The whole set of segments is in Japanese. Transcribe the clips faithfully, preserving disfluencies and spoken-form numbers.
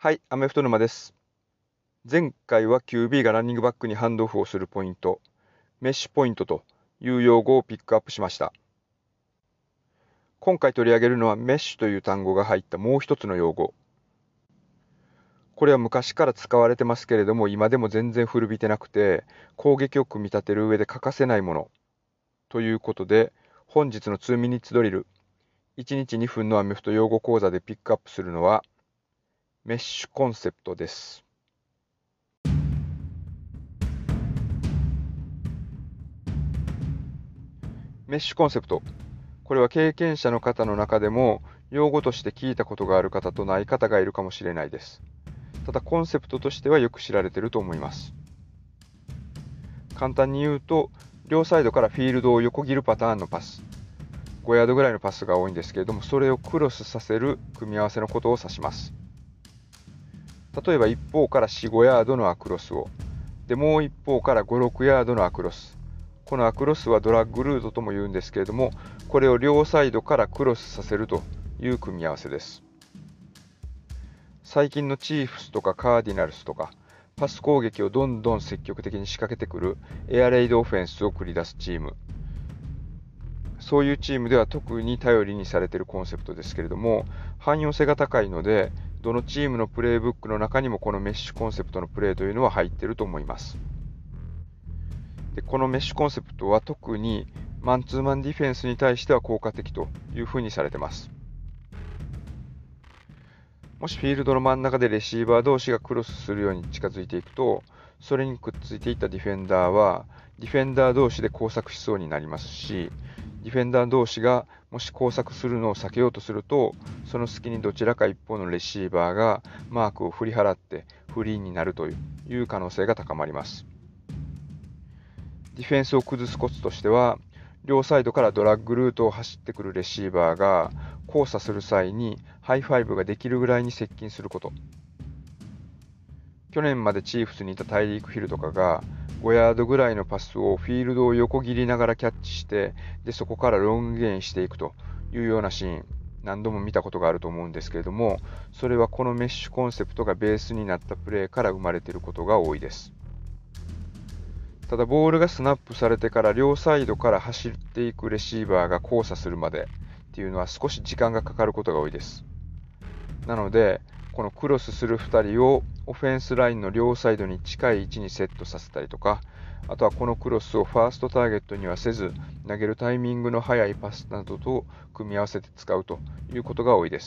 はい、アメフト沼です。前回は キュービー がランニングバックにハンドオフをするポイント、メッシュポイントという用語をピックアップしました。今回取り上げるのはメッシュという単語が入ったもう一つの用語。これは昔から使われてますけれども、今でも全然古びてなくて、攻撃を組み立てる上で欠かせないもの。ということで、本日のにミニッツドリル、いちにちにふんのアメフト用語講座でピックアップするのは、メッシュコンセプトです。メッシュコンセプト。これは経験者の方の中でも用語として聞いたことがある方とない方がいるかもしれないです。ただコンセプトとしてはよく知られていると思います。簡単に言うと、両サイドからフィールドを横切るパターンのパス。ごヤードぐらいのパスが多いんですけれども、それをクロスさせる組み合わせのことを指します。例えば一方からよん、ごヤードのアクロスを、でもう一方からご、ろくヤードのアクロス。このアクロスはドラッグルートとも言うんですけれども、これを両サイドからクロスさせるという組み合わせです。最近のチーフスとかカーディナルスとか、パス攻撃をどんどん積極的に仕掛けてくるエアレイドオフェンスを繰り出すチーム。そういうチームでは特に頼りにされているコンセプトですけれども、汎用性が高いので、どのチームのプレーブックの中にもこのメッシュコンセプトのプレーというのは入っていると思います。で、このメッシュコンセプトは特にマンツーマンディフェンスに対しては効果的というふうにされています。もしフィールドの真ん中でレシーバー同士がクロスするように近づいていくと、それにくっついていったディフェンダーはディフェンダー同士で交錯しそうになりますし、ディフェンダー同士がもし交錯するのを避けようとすると、その隙にどちらか一方のレシーバーがマークを振り払ってフリーになるという可能性が高まります。ディフェンスを崩すコツとしては、両サイドからドラッグルートを走ってくるレシーバーが交差する際にハイファイブができるぐらいに接近すること。去年までチーフスにいたタイリーク・ヒルとかがごヤードぐらいのパスをフィールドを横切りながらキャッチして、でそこからロングゲインしていくというようなシーン、何度も見たことがあると思うんですけれども、それはこのメッシュコンセプトがベースになったプレーから生まれていることが多いです。ただボールがスナップされてから両サイドから走っていくレシーバーが交差するまでっていうのは少し時間がかかることが多いです。なので、このクロスするふたりをオフェンスラインの両サイドに近い位置にセットさせたりとか、あとはこのクロスをファーストターゲットにはせず、投げるタイミングの速いパスなどと組み合わせて使うということが多いです。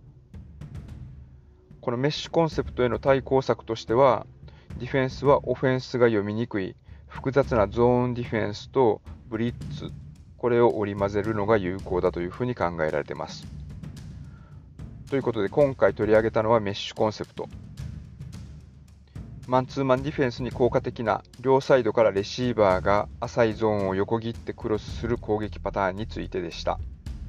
このメッシュコンセプトへの対抗策としては、ディフェンスはオフェンスが読みにくい複雑なゾーンディフェンスとブリッツ、これを織り交ぜるのが有効だというふうに考えられています。ということで今回取り上げたのはメッシュコンセプト。マンツーマンディフェンスに効果的な両サイドからレシーバーが浅いゾーンを横切ってクロスする攻撃パターンについてでした。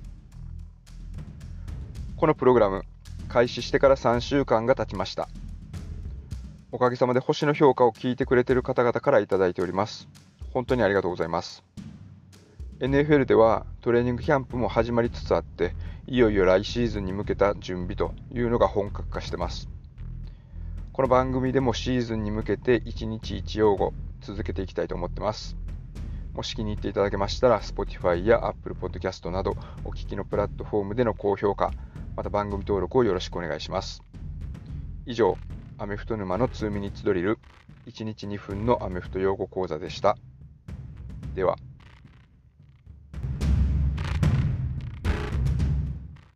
このプログラム、開始してからさんしゅうかんが経ちました。おかげさまで星の評価を聞いてくれている方々からいただいております。本当にありがとうございます。エヌエフエル ではトレーニングキャンプも始まりつつあって、いよいよ来シーズンに向けた準備というのが本格化してます。この番組でもシーズンに向けていちにちいち用語続けていきたいと思ってます。もし気に入っていただけましたら Spotify や Apple Podcast などお聞きのプラットフォームでの高評価、また番組登録をよろしくお願いします。以上、アメフト沼のにミニッツドリルいちにちにふんのアメフト用語講座でした。では。